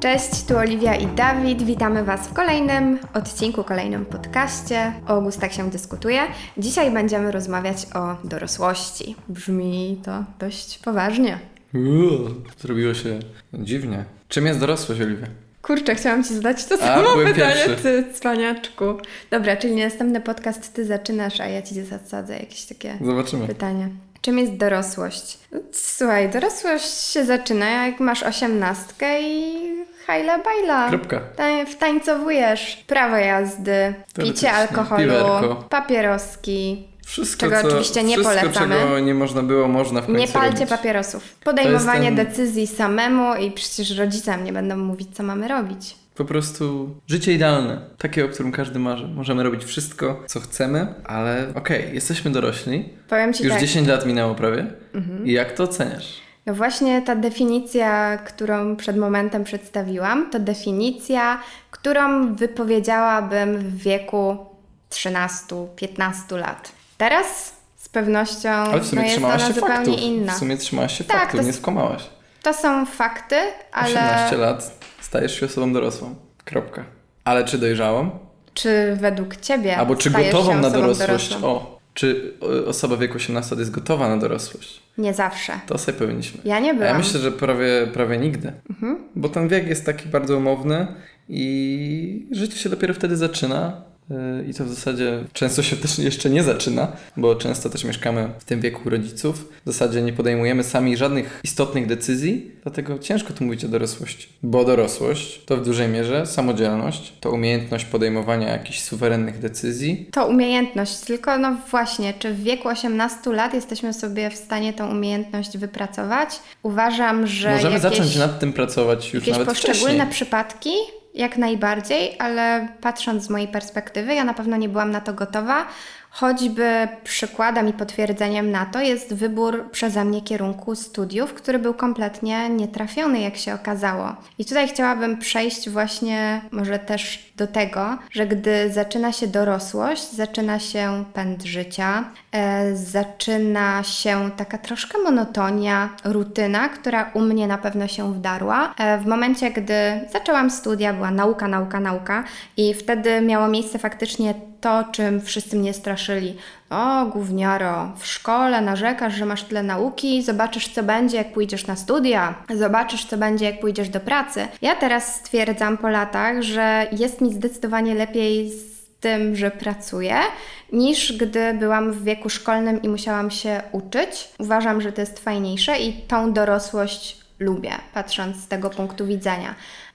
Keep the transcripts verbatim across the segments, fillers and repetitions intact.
Cześć, tu Oliwia i Dawid. Witamy Was w kolejnym odcinku, kolejnym podcaście. O gustach się dyskutuje. Dzisiaj będziemy rozmawiać o dorosłości. Brzmi to dość poważnie. Uuu, zrobiło się dziwnie. Czym jest dorosłość, Oliwia? Kurczę, chciałam Ci zadać to samo pytanie, pierwszy. Ty cwaniaczku. Dobra, czyli następny podcast Ty zaczynasz, a ja Ci zasadzę jakieś takie Zobaczymy. pytania. Czym jest dorosłość? Słuchaj, dorosłość się zaczyna, jak masz osiemnastkę i hajla bajla. Kropka. Ta- wtańcowujesz prawo jazdy, picie alkoholu, piwerko. papieroski. Wszystko, czego co, oczywiście nie wszystko, polecamy. czego nie można było, można w końcu Nie palcie robić. papierosów. Podejmowanie ten... decyzji samemu i przecież rodzicom nie będą mówić, co mamy robić. Po prostu życie idealne. Takie, o którym każdy marzy. Możemy robić wszystko, co chcemy, ale okej, okay, jesteśmy dorośli. Powiem Ci Już tak. dziesięć lat minęło prawie. Mhm. I jak to oceniasz? No właśnie ta definicja, którą przed momentem przedstawiłam, to definicja, którą wypowiedziałabym w wieku trzynaście piętnaście lat. Teraz z pewnością Ale w sumie no jest trzymałaś ona się zupełnie faktów. inna. W sumie trzymałaś się Tak, faktów, to nie s- skłamałaś. To są fakty, ale osiemnaście lat, stajesz się osobą dorosłą. Kropka. Ale czy dojrzałą? czy według Ciebie Albo czy stajesz gotową się na osobą dorosłość? dorosłą? O, czy o, osoba w wieku osiemnastu lat jest gotowa na dorosłość? Nie zawsze. To sobie powinniśmy. Ja nie A byłam. ja myślę, że prawie, prawie nigdy. Mhm. Bo ten wiek jest taki bardzo umowny i życie się dopiero wtedy zaczyna. Yy, I to w zasadzie często się też jeszcze nie zaczyna, bo często też mieszkamy w tym wieku rodziców. W zasadzie nie podejmujemy sami żadnych istotnych decyzji, dlatego ciężko tu mówić o dorosłości. Bo dorosłość to w dużej mierze samodzielność, to umiejętność podejmowania jakichś suwerennych decyzji. To umiejętność, tylko no właśnie, czy w wieku osiemnastu lat jesteśmy sobie w stanie tą umiejętność wypracować? Uważam, że Możemy jakieś, zacząć nad tym pracować już jakieś nawet poszczególne wcześniej. przypadki, jak najbardziej, ale patrząc z mojej perspektywy, ja na pewno nie byłam na to gotowa. Choćby przykładem i potwierdzeniem na to jest wybór przeze mnie kierunku studiów, który był kompletnie nietrafiony, jak się okazało. I tutaj chciałabym przejść właśnie może też do tego, że gdy zaczyna się dorosłość, zaczyna się pęd życia, e, zaczyna się taka troszkę monotonia, rutyna, która u mnie na pewno się wdarła. E, w momencie, gdy zaczęłam studia, była nauka, nauka, nauka i wtedy miało miejsce faktycznie to, czym wszyscy mnie straszyli. O, gówniaro, w szkole narzekasz, że masz tyle nauki, zobaczysz, co będzie, jak pójdziesz na studia, zobaczysz, co będzie, jak pójdziesz do pracy. Ja teraz stwierdzam po latach, że jest mi zdecydowanie lepiej z tym, że pracuję, niż gdy byłam w wieku szkolnym i musiałam się uczyć. Uważam, że to jest fajniejsze i tą dorosłość lubię, patrząc z tego punktu widzenia.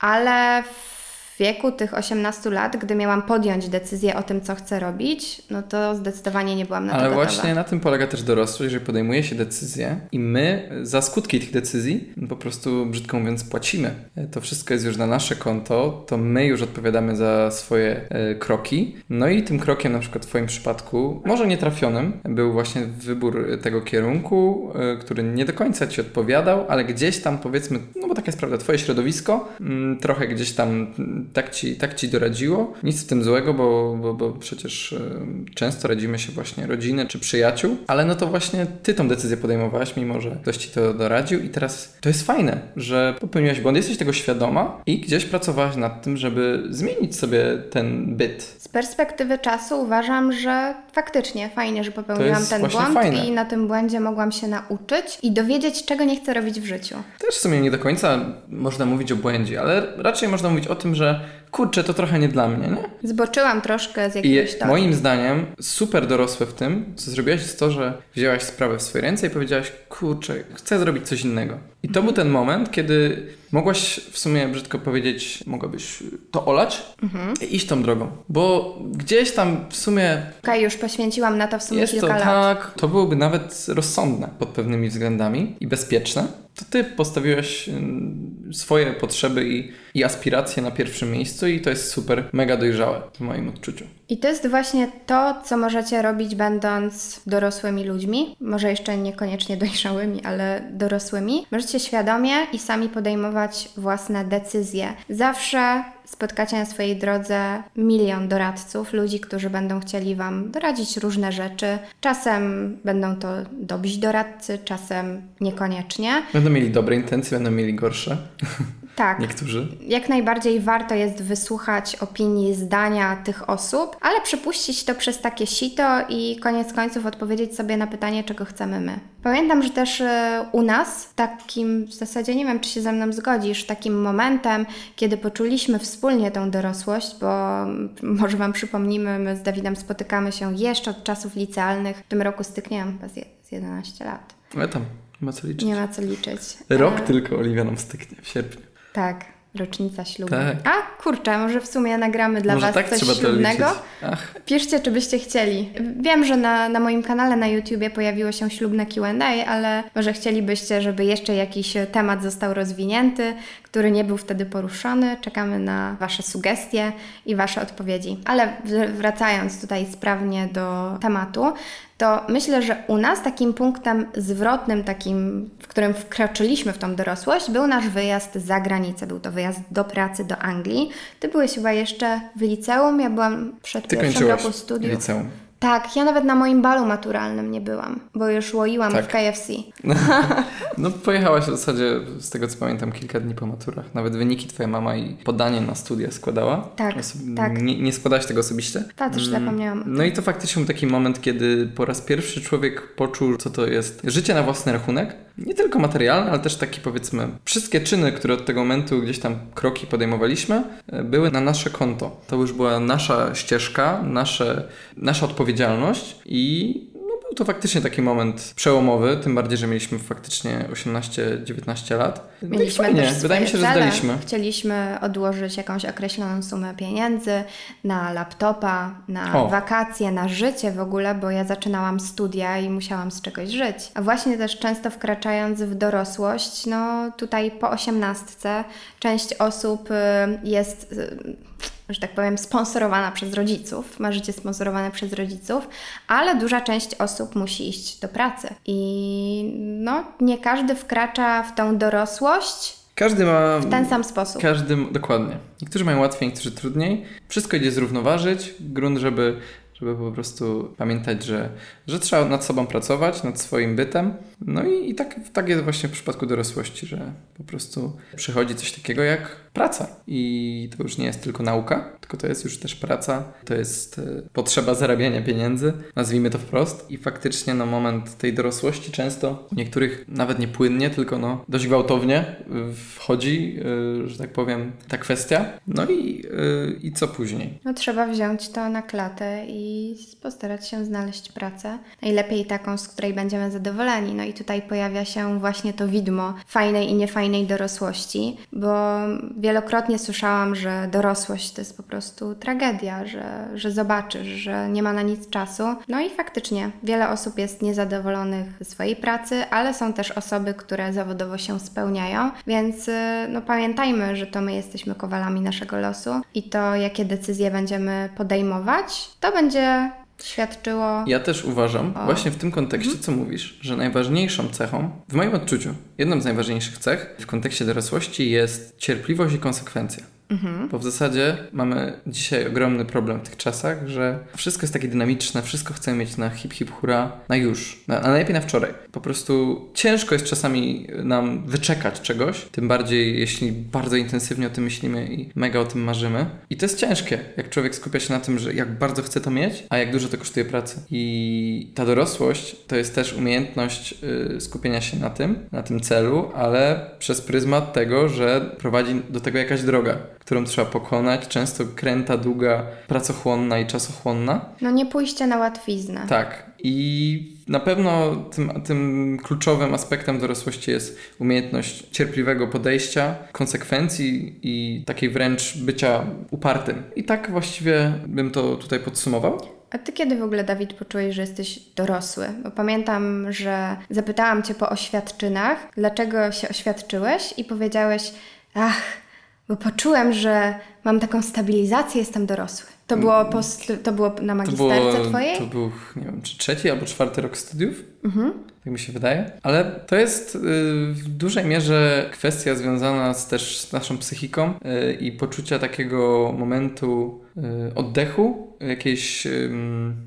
Ale w wieku tych osiemnastu lat, gdy miałam podjąć decyzję o tym, co chcę robić, no to zdecydowanie nie byłam na to Ale gotowa. właśnie na tym polega też dorosłość, że podejmuje się decyzje i my za skutki tych decyzji po prostu, brzydko mówiąc, płacimy. To wszystko jest już na nasze konto, to my już odpowiadamy za swoje e, kroki. No i tym krokiem, na przykład w Twoim przypadku, może nietrafionym, był właśnie wybór tego kierunku, e, który nie do końca Ci odpowiadał, ale gdzieś tam, powiedzmy, no bo taka jest prawda, Twoje środowisko m, trochę gdzieś tam m, tak ci, tak ci doradziło. Nic w tym złego, bo, bo, bo przecież y, często radzimy się właśnie rodziny czy przyjaciół, ale no to właśnie ty tą decyzję podejmowałaś, mimo że ktoś ci to doradził i teraz to jest fajne, że popełniłaś błąd, jesteś tego świadoma i gdzieś pracowałaś nad tym, żeby zmienić sobie ten byt. Z perspektywy czasu uważam, że faktycznie fajnie, że popełniłam jest ten właśnie błąd fajne. i na tym błędzie mogłam się nauczyć i dowiedzieć, czego nie chcę robić w życiu. Też w sumie nie do końca można mówić o błędzie, ale raczej można mówić o tym, że kurczę, to trochę nie dla mnie, nie? Zboczyłam troszkę z I jakiegoś toru. moim zdaniem super dorosłe w tym, co zrobiłaś, jest to, że wzięłaś sprawę w swoje ręce i powiedziałaś, kurczę, chcę zrobić coś innego. I to był ten moment, kiedy mogłaś w sumie, brzydko powiedzieć, mogłabyś to olać Mhm. i iść tą drogą. Bo gdzieś tam w sumie Okej, już poświęciłam na to w sumie jest to kilka lat. tak, to byłoby nawet rozsądne pod pewnymi względami i bezpieczne. To ty postawiłeś ym, swoje potrzeby i, i aspiracje na pierwszym miejscu i to jest super, mega dojrzałe w moim odczuciu. I to jest właśnie to, co możecie robić będąc dorosłymi ludźmi, może jeszcze niekoniecznie dojrzałymi, ale dorosłymi. Możecie świadomie i sami podejmować własne decyzje. Zawsze spotkacie na swojej drodze milion doradców, ludzi, którzy będą chcieli Wam doradzić różne rzeczy. Czasem będą to dobrzy doradcy, czasem niekoniecznie. Będą mieli dobre intencje, będą mieli gorsze. Tak. niektórzy. Jak najbardziej warto jest wysłuchać opinii, zdania tych osób, ale przepuścić to przez takie sito i koniec końców odpowiedzieć sobie na pytanie, czego chcemy my. Pamiętam, że też y, u nas takim, w zasadzie nie wiem, czy się ze mną zgodzisz, takim momentem, kiedy poczuliśmy wspólnie tą dorosłość, bo może Wam przypomnimy, my z Dawidem spotykamy się jeszcze od czasów licealnych. W tym roku stykniemy chyba z, je, z jedenaście lat. Ale tam nie ma co liczyć. Nie ma co liczyć. Rok A... tylko Oliwia nam styknie w sierpniu. Tak. Rocznica ślubu. Tak. A kurczę, może w sumie nagramy dla może Was tak coś trzeba ślubnego. To Ach. Piszcie, czy byście chcieli. Wiem, że na, na moim kanale na YouTubie pojawiło się ślubne Q and A, ale może chcielibyście, żeby jeszcze jakiś temat został rozwinięty, który nie był wtedy poruszony. Czekamy na Wasze sugestie i Wasze odpowiedzi. Ale wracając tutaj sprawnie do tematu, to myślę, że u nas takim punktem zwrotnym, takim, w którym wkroczyliśmy w tą dorosłość, był nasz wyjazd za granicę. Był to wyjazd do pracy do Anglii. Ty byłeś chyba jeszcze w liceum, ja byłam przed Ty pierwszym roku studiów. liceum. Tak, ja nawet na moim balu maturalnym nie byłam, bo już łoiłam tak. w K F C. No, no pojechałaś w zasadzie, z tego co pamiętam, kilka dni po maturach. Nawet wyniki twoja mama i podanie na studia składała. Tak, Oso- tak. Nie, nie składałaś tego osobiście? Tak, też zapomniałam. No i to faktycznie był taki moment, kiedy po raz pierwszy człowiek poczuł, co to jest życie na własny rachunek. Nie tylko materialne, ale też taki, powiedzmy, wszystkie czyny, które od tego momentu gdzieś tam kroki podejmowaliśmy, były na nasze konto. To już była nasza ścieżka, nasze, nasza odpowiedzialność i no, był to faktycznie taki moment przełomowy, tym bardziej, że mieliśmy faktycznie osiemnaście dziewiętnaście lat. No Mieliśmy i fajnie, też wydaje mi się, że cele. zdaliśmy. Chcieliśmy odłożyć jakąś określoną sumę pieniędzy na laptopa, na O. wakacje, na życie w ogóle, bo ja zaczynałam studia i musiałam z czegoś żyć. A właśnie też często wkraczając w dorosłość, no tutaj po osiemnastce część osób y, jest... Y, że tak powiem, sponsorowana przez rodziców, ma życie sponsorowane przez rodziców, ale duża część osób musi iść do pracy. I no, nie każdy wkracza w tą dorosłość Każdy ma... w ten sam sposób. Każdy, dokładnie. Niektórzy mają łatwiej, niektórzy trudniej. Wszystko idzie zrównoważyć. Grunt, żeby, żeby po prostu pamiętać, że, że trzeba nad sobą pracować, nad swoim bytem. No i, i tak, tak jest właśnie w przypadku dorosłości, że po prostu przychodzi coś takiego jak praca. I to już nie jest tylko nauka, tylko to jest już też praca. To jest y, potrzeba zarabiania pieniędzy, nazwijmy to wprost. I faktycznie no, moment tej dorosłości często u niektórych nawet nie płynnie, tylko no, dość gwałtownie y, wchodzi, y, że tak powiem, ta kwestia. No i, y, i co później? No trzeba wziąć to na klatę i postarać się znaleźć pracę. Najlepiej taką, z której będziemy zadowoleni. No i tutaj pojawia się właśnie to widmo fajnej i niefajnej dorosłości, bo wielokrotnie słyszałam, że dorosłość to jest po prostu tragedia, że, że zobaczysz, że nie ma na nic czasu. No i faktycznie wiele osób jest niezadowolonych ze swojej pracy, ale są też osoby, które zawodowo się spełniają, więc no pamiętajmy, że to my jesteśmy kowalami naszego losu i to, jakie decyzje będziemy podejmować, to będzie świadczyło... Ja też uważam, o... właśnie w tym kontekście, mhm. co mówisz, że najważniejszą cechą, w moim odczuciu, jedną z najważniejszych cech w kontekście dorosłości jest cierpliwość i konsekwencja. Mhm. Bo w zasadzie mamy dzisiaj ogromny problem w tych czasach, że wszystko jest takie dynamiczne, wszystko chcemy mieć na hip hip hura, na już, na, a najlepiej na wczoraj. Po prostu ciężko jest czasami nam wyczekać czegoś, tym bardziej jeśli bardzo intensywnie o tym myślimy i mega o tym marzymy. I to jest ciężkie, jak człowiek skupia się na tym, że jak bardzo chce to mieć, a jak dużo to kosztuje pracy. I ta dorosłość to jest też umiejętność yy, skupienia się na tym, na tym celu, ale przez pryzmat tego, że prowadzi do tego jakaś droga, którą trzeba pokonać, często kręta, długa, pracochłonna i czasochłonna. No nie pójście na łatwiznę. Tak. I na pewno tym, tym kluczowym aspektem dorosłości jest umiejętność cierpliwego podejścia, konsekwencji i takiej wręcz bycia upartym. I tak właściwie bym to tutaj podsumował. A ty kiedy w ogóle, Dawid, poczułeś, że jesteś dorosły? Bo pamiętam, że zapytałam cię po oświadczynach, dlaczego się oświadczyłeś i powiedziałeś, ach, bo poczułem, że mam taką stabilizację, jestem dorosły. To było, post, to było na magisterce to było, twojej? To był, nie wiem, czy trzeci albo czwarty rok studiów. Mhm. Tak mi się wydaje. Ale to jest y, w dużej mierze kwestia związana z, też z naszą psychiką y, i poczucia takiego momentu y, oddechu, jakiejś y,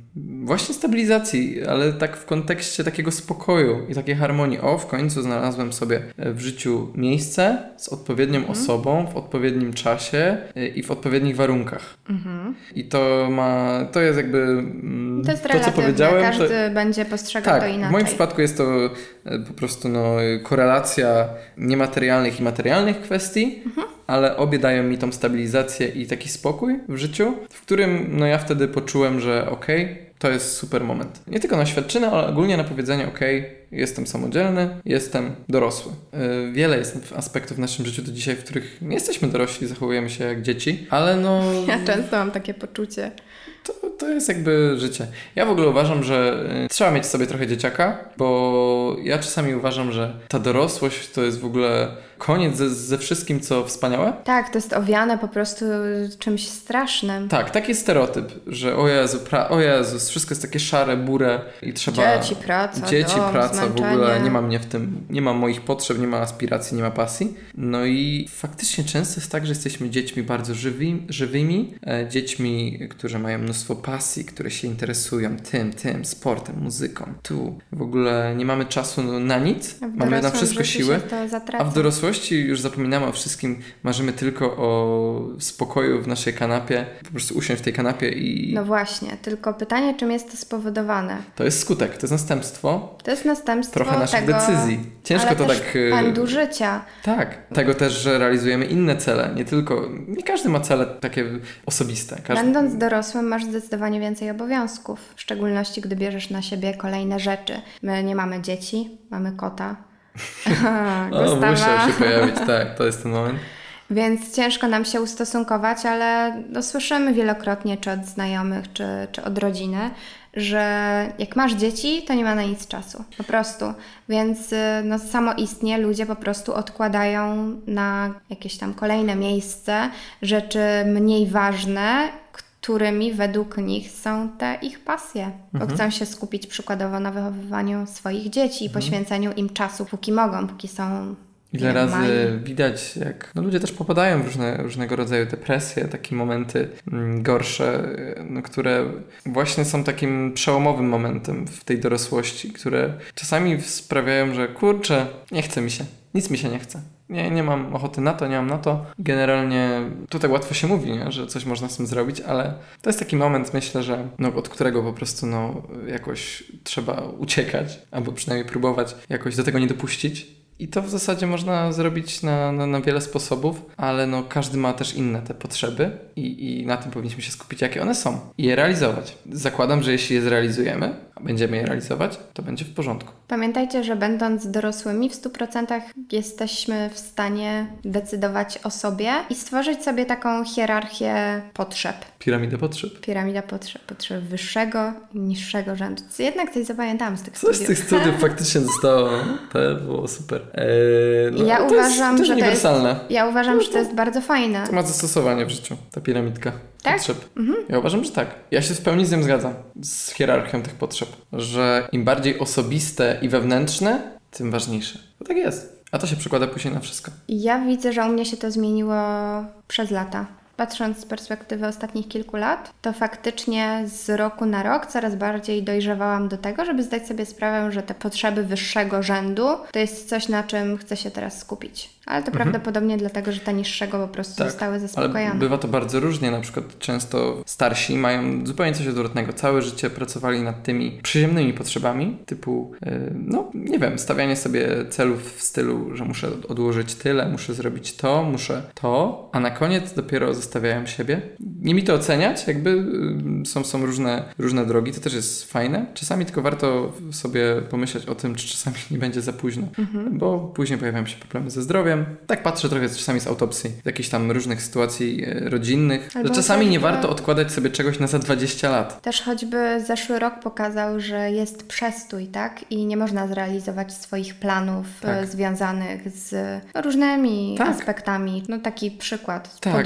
właśnie stabilizacji, ale tak w kontekście takiego spokoju i takiej harmonii. O, w końcu znalazłem sobie w życiu miejsce z odpowiednią mhm. osobą, w odpowiednim czasie i w odpowiednich warunkach. Mhm. I to ma, to jest jakby mm, to, jest to co powiedziałem. Każdy to, będzie postrzegał tak, to inaczej. W moim przypadku jest to po prostu no, korelacja niematerialnych i materialnych kwestii, mhm. ale obie dają mi tą stabilizację i taki spokój w życiu, w którym no, ja wtedy poczułem, że okej, okay, to jest super moment. Nie tylko na świadczynę, ale ogólnie na powiedzenie okej, okay, jestem samodzielny, jestem dorosły. Yy, wiele jest aspektów w naszym życiu do dzisiaj, w których nie jesteśmy dorośli, zachowujemy się jak dzieci, ale no... Ja często mam takie poczucie. To, to jest jakby życie. Ja w ogóle uważam, że y, trzeba mieć w sobie trochę dzieciaka, bo ja czasami uważam, że ta dorosłość to jest w ogóle koniec ze, ze wszystkim, co wspaniałe. Tak, to jest owiane po prostu czymś strasznym. Tak, taki stereotyp, że o Jezu, pra- o Jezus, wszystko jest takie szare, burę i trzeba... Dzieci, praca, Dzieci, dom, praca, zmęczenie. w ogóle nie ma mnie w tym, nie ma moich potrzeb, nie ma aspiracji, nie ma pasji. No i faktycznie często jest tak, że jesteśmy dziećmi bardzo żywi, żywymi, e, dziećmi, które mają mnóstwo pasji, które się interesują tym, tym, sportem, muzyką. Tu w ogóle nie mamy czasu na nic, mamy na wszystko siły, a w dorosłości już zapominamy o wszystkim, marzymy tylko o spokoju w naszej kanapie, po prostu usiąść w tej kanapie i... No właśnie, tylko pytanie, czym jest to spowodowane? To jest skutek, to jest następstwo. To jest następstwo trochę naszych tego, decyzji. Ciężko ale to też tak... pędu życia. Tak, tego też, że realizujemy inne cele, nie tylko... Nie każdy ma cele takie osobiste. Każdy... Będąc dorosłym masz zdecydowanie więcej obowiązków, w szczególności gdy bierzesz na siebie kolejne rzeczy. My nie mamy dzieci, mamy kota. O, musiał się pojawić, tak, to jest ten moment. Więc ciężko nam się ustosunkować, ale no, słyszymy wielokrotnie, czy od znajomych, czy, czy od rodziny, że jak masz dzieci, to nie ma na nic czasu. Po prostu. Więc no, samoistnie ludzie po prostu odkładają na jakieś tam kolejne miejsce rzeczy mniej ważne, którymi według nich są te ich pasje. Mhm. Bo chcą się skupić przykładowo na wychowywaniu swoich dzieci i mhm. poświęceniu im czasu, póki mogą, póki są... Ile razy mali. Widać, jak no, ludzie też popadają w różne, różnego rodzaju depresje, takie momenty mm, gorsze, no, które właśnie są takim przełomowym momentem w tej dorosłości, które czasami sprawiają, że kurczę, nie chce mi się, nic mi się nie chce. Nie, nie mam ochoty na to, nie mam na to. Generalnie tutaj łatwo się mówi, nie? Że coś można z tym zrobić, ale to jest taki moment, myślę, że no, od którego po prostu no, jakoś trzeba uciekać, albo przynajmniej próbować jakoś do tego nie dopuścić. I to w zasadzie można zrobić na, na, na wiele sposobów, ale no każdy ma też inne te potrzeby i, i na tym powinniśmy się skupić, jakie one są i je realizować. Zakładam, że jeśli je zrealizujemy, a będziemy je realizować, to będzie w porządku. Pamiętajcie, że będąc dorosłymi w stu procentach jesteśmy w stanie decydować o sobie i stworzyć sobie taką hierarchię potrzeb. Piramidę potrzeb. Piramida potrzeb. Potrzeb wyższego i niższego rzędu. Jednak coś zapamiętałem z tych Coś studiów. z tych studiów faktycznie zostało. To było super. Eee, no, ja to uważam, jest, to że to jest, ja uważam, no, że to jest bardzo fajne. To ma zastosowanie w życiu, ta piramidka tak? potrzeb. Mhm. Ja uważam, że tak. Ja się w pełni z tym zgadzam, z hierarchią tych potrzeb, że im bardziej osobiste i wewnętrzne, tym ważniejsze. To tak jest. A to się przekłada później na wszystko. Ja widzę, że u mnie się to zmieniło przez lata. Patrząc z perspektywy ostatnich kilku lat, to faktycznie z roku na rok coraz bardziej dojrzewałam do tego, żeby zdać sobie sprawę, że te potrzeby wyższego rzędu to jest coś, na czym chcę się teraz skupić. Ale to mhm. prawdopodobnie dlatego, że te niższego po prostu tak, zostały zaspokojone. Ale bywa to bardzo różnie. Na przykład często starsi mają zupełnie coś odwrotnego. Całe życie pracowali nad tymi przyziemnymi potrzebami, typu, yy, no nie wiem, stawianie sobie celów w stylu, że muszę odłożyć tyle, muszę zrobić to, muszę to, a na koniec dopiero zostawiają siebie. Nie mi to oceniać, jakby yy, są, są różne, różne drogi, to też jest fajne. Czasami tylko warto sobie pomyśleć o tym, czy czasami nie będzie za późno, mhm. bo później pojawiają się problemy ze zdrowiem. Tak patrzę trochę czasami z autopsji, z jakichś tam różnych sytuacji e, rodzinnych, albo że czasami nie warto odkładać sobie czegoś na za dwadzieścia lat. Też choćby zeszły rok pokazał, że jest przestój, tak? I nie można zrealizować swoich planów tak. e, związanych z różnymi tak. aspektami. No taki przykład, tak. podróże. Tak,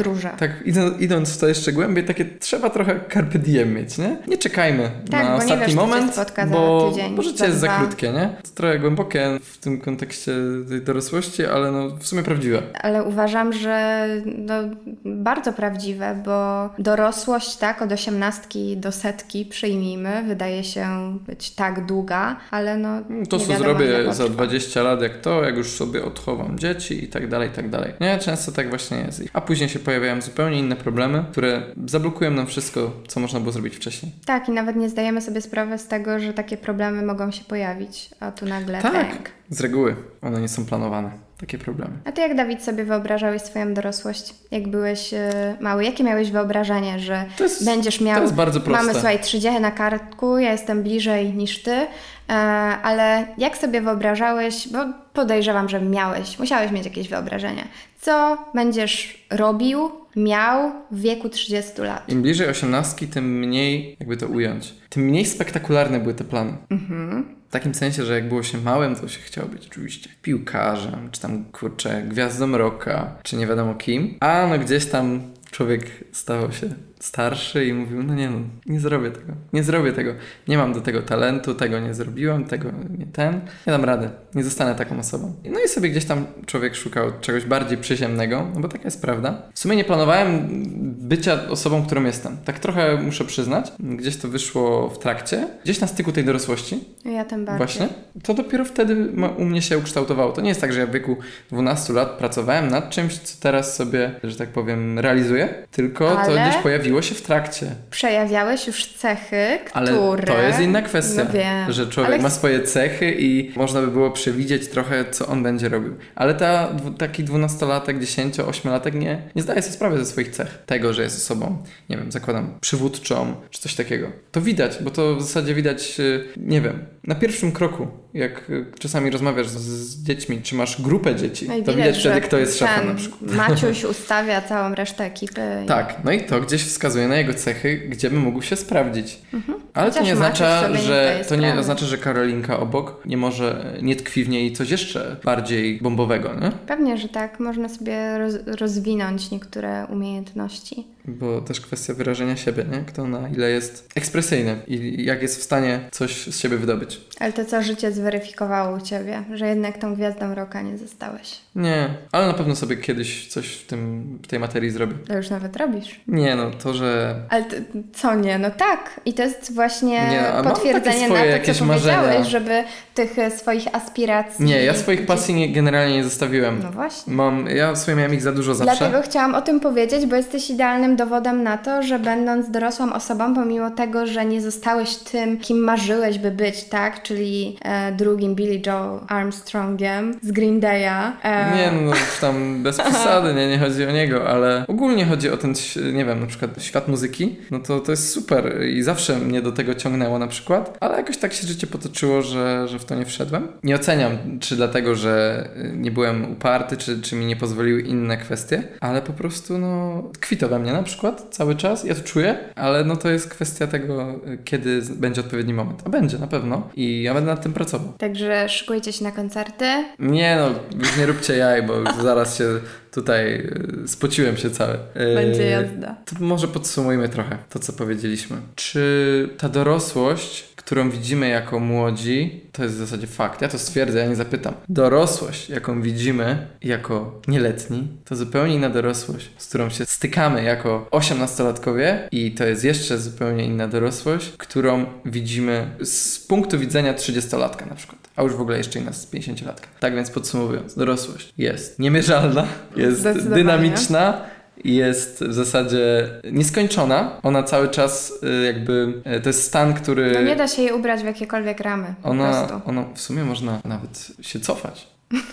tak idąc w to jeszcze głębiej, takie trzeba trochę carpe diem mieć, nie? Nie czekajmy tak, na ostatni wiesz, moment, bo, tydzień, bo życie jest za krótkie, nie? To trochę głębokie w tym kontekście tej dorosłości, ale no w sumie prawdziwe. Ale uważam, że no, bardzo prawdziwe, bo dorosłość, tak, od osiemnastki do setki, przyjmijmy, wydaje się być tak długa, ale no to co zrobię za dwadzieścia lat, jak to, jak już sobie odchowam dzieci i tak dalej, i tak dalej. Nie, często tak właśnie jest. A później się pojawiają zupełnie inne problemy, które zablokują nam wszystko, co można było zrobić wcześniej. Tak, i nawet nie zdajemy sobie sprawy z tego, że takie problemy mogą się pojawić, a tu nagle tak. Pęk. Z reguły one nie są planowane, takie problemy. A ty jak, Dawid, sobie wyobrażałeś swoją dorosłość? Jak byłeś yy, mały? Jakie miałeś wyobrażenie, że to jest, będziesz miał... To jest bardzo proste. Mamy, słuchaj, trzydziestkę na kartku, ja jestem bliżej niż ty, yy, ale jak sobie wyobrażałeś, bo podejrzewam, że miałeś, musiałeś mieć jakieś wyobrażenie. Co będziesz robił, miał w wieku trzydziestu lat? Im bliżej osiemnastki, tym mniej, jakby to ująć, tym mniej spektakularne były te plany. Mhm. W takim sensie, że jak było się małym, to się chciało być oczywiście piłkarzem, czy tam, kurczę, gwiazdą rocka, czy nie wiadomo kim. A no gdzieś tam człowiek stawał się starszy i mówił, no nie no, nie zrobię tego, nie zrobię tego. Nie mam do tego talentu, tego nie zrobiłem, tego nie ten. Nie dam rady, nie zostanę taką osobą. No i sobie gdzieś tam człowiek szukał czegoś bardziej przyziemnego, no bo taka jest prawda. W sumie nie planowałem bycia osobą, którą jestem. Tak trochę muszę przyznać. Gdzieś to wyszło w trakcie. Gdzieś na styku tej dorosłości. Ja tym bardziej. Właśnie. To dopiero wtedy u mnie się ukształtowało. To nie jest tak, że ja w wieku dwunastu lat pracowałem nad czymś, co teraz sobie, że tak powiem, realizuję, tylko Ale... to gdzieś pojawiło się w trakcie. Przejawiałeś już cechy, które... Ale to jest inna kwestia, no wiem. że człowiek Ale... ma swoje cechy i można by było przewidzieć trochę, co on będzie robił. Ale ta, taki dwunastolatek, dziesięcio, ośmiolatek nie, nie zdaje sobie sprawy ze swoich cech. Tego, że jest osobą, nie wiem, zakładam, przywódczą, czy coś takiego. To widać, bo to w zasadzie widać, nie wiem, na pierwszym kroku, jak czasami rozmawiasz z, z dziećmi, czy masz grupę dzieci, no to widać, widać wtedy, kto jest ten szefem na przykład. Maciuś ustawia całą resztę ekipy. I... Tak, no i to gdzieś wskazuje na jego cechy, gdzie by mógł się sprawdzić. Mhm. Ale Chociaż to nie oznacza, nie że to nie sprawy. oznacza, że Karolinka obok nie może, nie tkwi w niej coś jeszcze bardziej bombowego, nie? Pewnie, że tak. Można sobie roz, rozwinąć niektóre umiejętności. Bo też kwestia wyrażenia siebie, nie? Kto na ile jest ekspresyjny i jak jest w stanie coś z siebie wydobyć. Ale to co życie zweryfikowało u Ciebie? Że jednak tą gwiazdą rocka nie zostałeś? Nie, ale na pewno sobie kiedyś coś w, tym, w tej materii zrobię. To już nawet robisz. Nie, no to, że... Ale to, co nie? No tak. I to jest właśnie nie, no, potwierdzenie na to, co marzenia. powiedziałeś, żeby tych swoich aspiracji... Nie, ja swoich pasji nie, generalnie nie zostawiłem. No właśnie. Mam, ja w sumie miałem ich za dużo zawsze. Dlatego chciałam o tym powiedzieć, bo jesteś idealnym dowodem na to, że będąc dorosłą osobą, pomimo tego, że nie zostałeś tym, kim marzyłeś by być, tak? Czyli e, drugim Billy Joe Armstrongiem z Green Day'a. E... Nie, no tam bez przesady, nie, nie chodzi o niego, ale ogólnie chodzi o ten, nie wiem, na przykład świat muzyki, no to to jest super i zawsze mnie do tego ciągnęło na przykład, ale jakoś tak się życie potoczyło, że, że w to nie wszedłem. Nie oceniam, czy dlatego, że nie byłem uparty, czy, czy mi nie pozwoliły inne kwestie, ale po prostu no tkwi to we mnie na przykład cały czas, ja to czuję, ale no to jest kwestia tego, kiedy będzie odpowiedni moment. A będzie na pewno i ja będę nad tym pracował. Także szykujcie się na koncerty. Nie no, już nie róbcie jaj, bo już zaraz się tutaj spociłem się cały. Będzie jazda. To może podsumujmy trochę to, co powiedzieliśmy. Czy ta dorosłość, którą widzimy jako młodzi, to jest w zasadzie fakt. Ja to stwierdzę, ja nie zapytam. Dorosłość, jaką widzimy jako nieletni, to zupełnie inna dorosłość, z którą się stykamy jako osiemnastolatkowie i to jest jeszcze zupełnie inna dorosłość, którą widzimy z punktu widzenia trzydziestolatka na przykład, a już w ogóle jeszcze inna z pięćdziesięciolatka. Tak więc podsumowując, dorosłość jest niemierzalna, jest dynamiczna, jest w zasadzie nieskończona. Ona cały czas jakby, to jest stan, który... No nie da się jej ubrać w jakiekolwiek ramy. Ona, ona w sumie można nawet się cofać.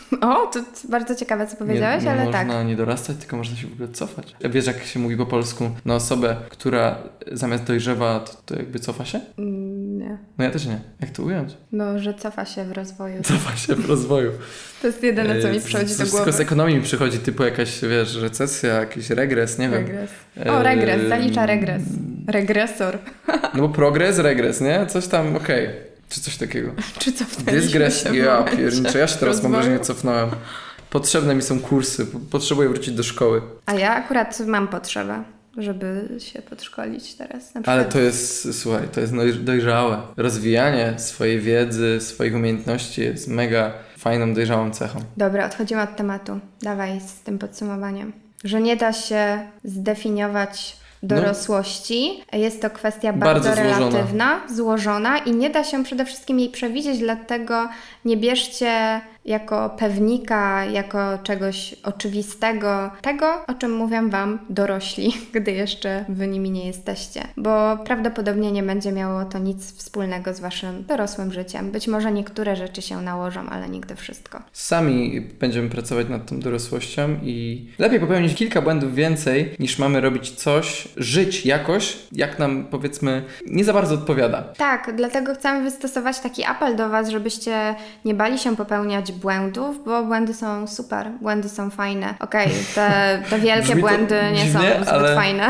O, to bardzo ciekawe, co powiedziałeś, nie, nie ale można tak. Nie można nie dorastać, tylko można się w ogóle cofać. Wiesz, jak się mówi po polsku na osobę, która zamiast dojrzewa, to, to jakby cofa się? Mm, nie. No ja też nie. Jak to ująć? No, że cofa się w rozwoju. Cofa się w rozwoju. To jest jedyne, co mi przychodzi do głowy. Wszystko z ekonomii mi przychodzi, typu jakaś, wiesz, recesja, jakiś regres, nie wiem. Regres. O, regres, zalicza regres. Regresor. No bo progres, regres, nie? Coś tam, okej. Okay. Czy coś takiego. Czy cofnęliśmy Dysgres, się w ja momencie pierniczę, ja się teraz mam rozwoju? wrażenie cofnąłem. Potrzebne mi są kursy, potrzebuję wrócić do szkoły. A ja akurat mam potrzebę, żeby się podszkolić teraz. Na przykład. Ale to jest, słuchaj, to jest dojrzałe. Rozwijanie swojej wiedzy, swoich umiejętności jest mega fajną, dojrzałą cechą. Dobra, odchodzimy od tematu. Dawaj z tym podsumowaniem. Że nie da się zdefiniować dorosłości. No, jest to kwestia bardzo, bardzo relatywna, złożona. złożona i nie da się przede wszystkim jej przewidzieć, dlatego nie bierzcie jako pewnika, jako czegoś oczywistego, tego, o czym mówią Wam dorośli, gdy jeszcze Wy nimi nie jesteście. Bo prawdopodobnie nie będzie miało to nic wspólnego z Waszym dorosłym życiem. Być może niektóre rzeczy się nałożą, ale nigdy wszystko. Sami będziemy pracować nad tą dorosłością i lepiej popełnić kilka błędów więcej, niż mamy robić coś, żyć jakoś, jak nam, powiedzmy, nie za bardzo odpowiada. Tak, dlatego chcemy wystosować taki apel do Was, żebyście nie bali się popełniać błędów, bo błędy są super, błędy są fajne. Okej, okay, te, te wielkie błędy nie dziwnie, są zbyt ale... fajne,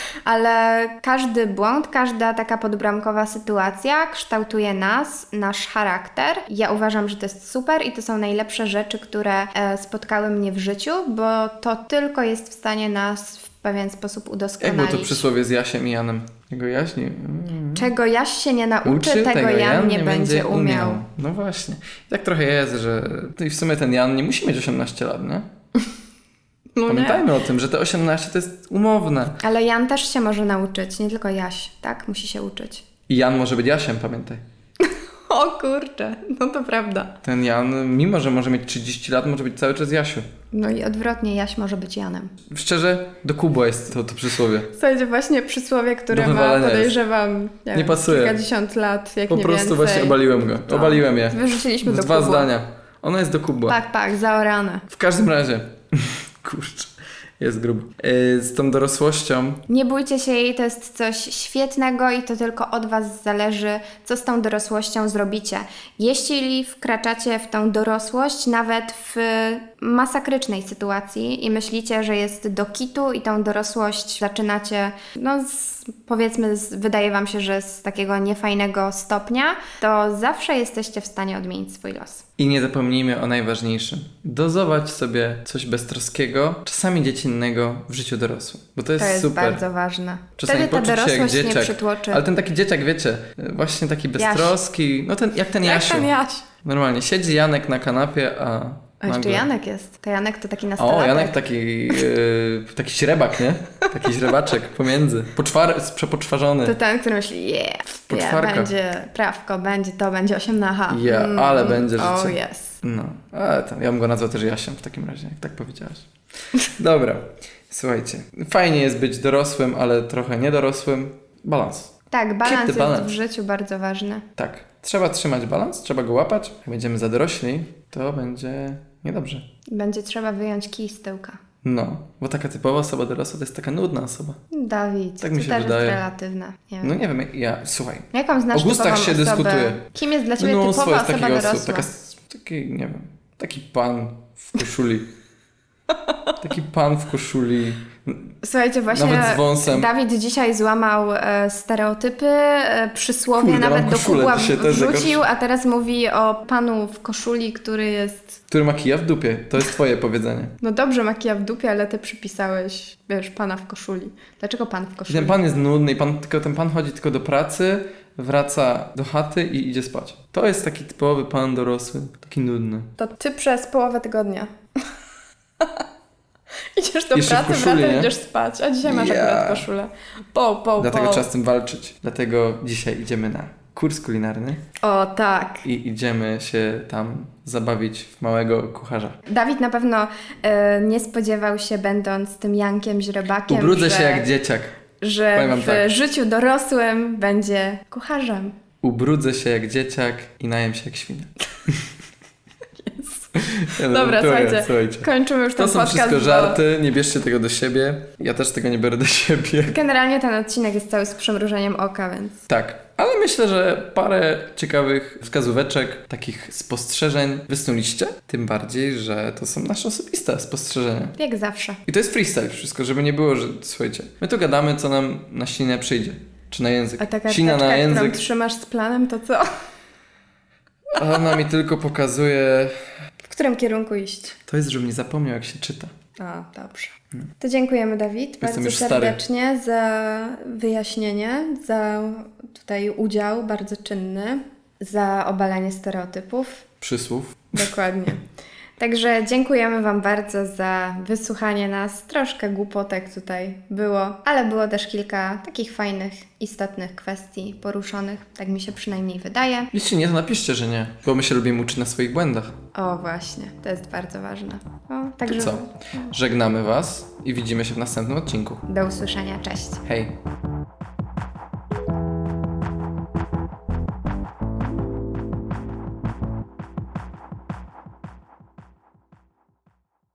ale każdy błąd, każda taka podbramkowa sytuacja kształtuje nas, nasz charakter. Ja uważam, że to jest super i to są najlepsze rzeczy, które e, spotkały mnie w życiu, bo to tylko jest w stanie nas w pewien sposób udoskonalić. Jak było to przysłowie z Jasiem i Janem? Jego Jaś nie... Mm. Czego Jaś się nie nauczy, Uczy, tego, tego Jan, Jan nie, nie będzie umiał. umiał. No właśnie. I tak trochę jest, że i w sumie ten Jan nie musi mieć osiemnaście lat, nie? No Pamiętajmy nie. o tym, że te osiemnaście to jest umowne. Ale Jan też się może nauczyć, nie tylko Jaś, tak? Musi się uczyć. I Jan może być Jasiem, pamiętaj. O kurczę, no to prawda. Ten Jan, mimo że może mieć trzydzieści lat, może być cały czas Jasiu. No i odwrotnie, Jaś może być Janem. Szczerze, do kubła jest to, to przysłowie. Słuchajcie, właśnie przysłowie, które ma, podejrzewam, nie, nie wiem, pasuje. kilkadziesiąt lat, jak po nie prostu więcej. Właśnie obaliłem go. No, obaliłem je. Wyrzuciliśmy w do dwa kubła. zdania. Ono jest do kubła. Tak, tak, zaorane. W każdym razie. Kurczę. Jest grubo. Yy, z tą dorosłością. Nie bójcie się jej, to jest coś świetnego i to tylko od Was zależy, co z tą dorosłością zrobicie. Jeśli wkraczacie w tą dorosłość nawet w masakrycznej sytuacji i myślicie, że jest do kitu i tą dorosłość zaczynacie, no z, powiedzmy, z, wydaje Wam się, że z takiego niefajnego stopnia, to zawsze jesteście w stanie odmienić swój los. I nie zapomnijmy o najważniejszym. Dozować sobie coś beztroskiego, czasami dziecinnego w życiu dorosłym. Bo to jest, to jest super. bardzo ważne. Czasami Wtedy ta dorosłość się jak dzieciak, nie przytłoczy. Ale ten taki dzieciak, wiecie, właśnie taki beztroski, no ten, jak ten Jasiu. Jak ten Jaś. Normalnie, siedzi Janek na kanapie, a... A jeszcze nagle... Janek jest. To Janek to taki nastolatek. O, Janek taki, yy, taki śrebak, nie? Taki śrebaczek pomiędzy. Poczwar... Przepoczwarzony. To ten, który myśli, yeah, yeah, będzie prawko, będzie to, będzie osiemnacha. Yeah, mm, ale będzie życie. Oh yes. No, ale tam, ja bym go nazwał też Jasiem w takim razie, jak tak powiedziałaś. Dobra, słuchajcie. Fajnie jest być dorosłym, ale trochę niedorosłym. Balans. Tak, balans jest balance. w życiu bardzo ważny. Tak. Trzeba trzymać balans, trzeba go łapać. Jak będziemy za dorośli, to będzie niedobrze. Będzie trzeba wyjąć kij z tyłka. No, bo taka typowa osoba dorosła to jest taka nudna osoba. Dawid, tak mi się też wydaje. jest relatywna. Nie wiem. No nie wiem, ja, słuchaj. Jaką znasz o gustach się osobę? dyskutuje. Kim jest dla Ciebie no, typowa osoba takich dorosła? Osób, taka, taki, nie wiem, taki pan w koszuli. Taki pan w koszuli. Słuchajcie, właśnie nawet z wąsem. Dawid dzisiaj złamał e, stereotypy, e, przysłowie Kurde, nawet do kubła wrzucił, a teraz mówi o panu w koszuli, który jest... Który ma kija w dupie. To jest twoje powiedzenie. No dobrze, ma kija w dupie, ale ty przypisałeś, wiesz, pana w koszuli. Dlaczego pan w koszuli? Ten pan jest nudny i pan, tylko, ten pan chodzi tylko do pracy, wraca do chaty i idzie spać. To jest taki typowy pan dorosły, taki nudny. To ty przez połowę tygodnia. Idziesz do Jeszcze pracy, koszuli, wracasz, idziesz spać, a dzisiaj masz yeah. akurat koszulę. Po, po, Dlatego po. trzeba z tym walczyć. Dlatego dzisiaj idziemy na kurs kulinarny. O, tak. I idziemy się tam zabawić w małego kucharza. Dawid na pewno y, nie spodziewał się, będąc tym Jankiem Źrebakiem, Ubrudzę że, się jak dzieciak. Że w tak. życiu dorosłym będzie kucharzem. Ubrudzę się jak dzieciak i najem się jak świnia. Ja Dobra, słuchajcie, słuchajcie, kończymy już ten podcast. To są wszystko żarty, nie bierzcie tego do siebie. Ja też tego nie biorę do siebie. Generalnie ten odcinek jest cały z przymrużeniem oka, więc... Tak, ale myślę, że parę ciekawych wskazóweczek, takich spostrzeżeń wysnuliście. Tym bardziej, że to są nasze osobiste spostrzeżenia. Jak zawsze. I to jest freestyle wszystko, żeby nie było, że słuchajcie, my tu gadamy, co nam na ślinę przyjdzie. Czy na język. A taka Ślina teczka, na język. którą trzymasz z planem, to co? Ona mi tylko pokazuje... którym kierunku iść. To jest, żebym nie zapomniał, jak się czyta. A, dobrze. To dziękujemy, Dawid, Jestem bardzo już serdecznie stary. za wyjaśnienie, za tutaj udział bardzo czynny, za obalanie stereotypów. Przysłów. Dokładnie. Także dziękujemy Wam bardzo za wysłuchanie nas. Troszkę głupotek tutaj było, ale było też kilka takich fajnych, istotnych kwestii poruszonych. Tak mi się przynajmniej wydaje. Jeśli nie, to napiszcie, że nie, bo my się lubimy uczyć na swoich błędach. O właśnie, to jest bardzo ważne. O, także... To co? Żegnamy Was i widzimy się w następnym odcinku. Do usłyszenia, cześć. Hej.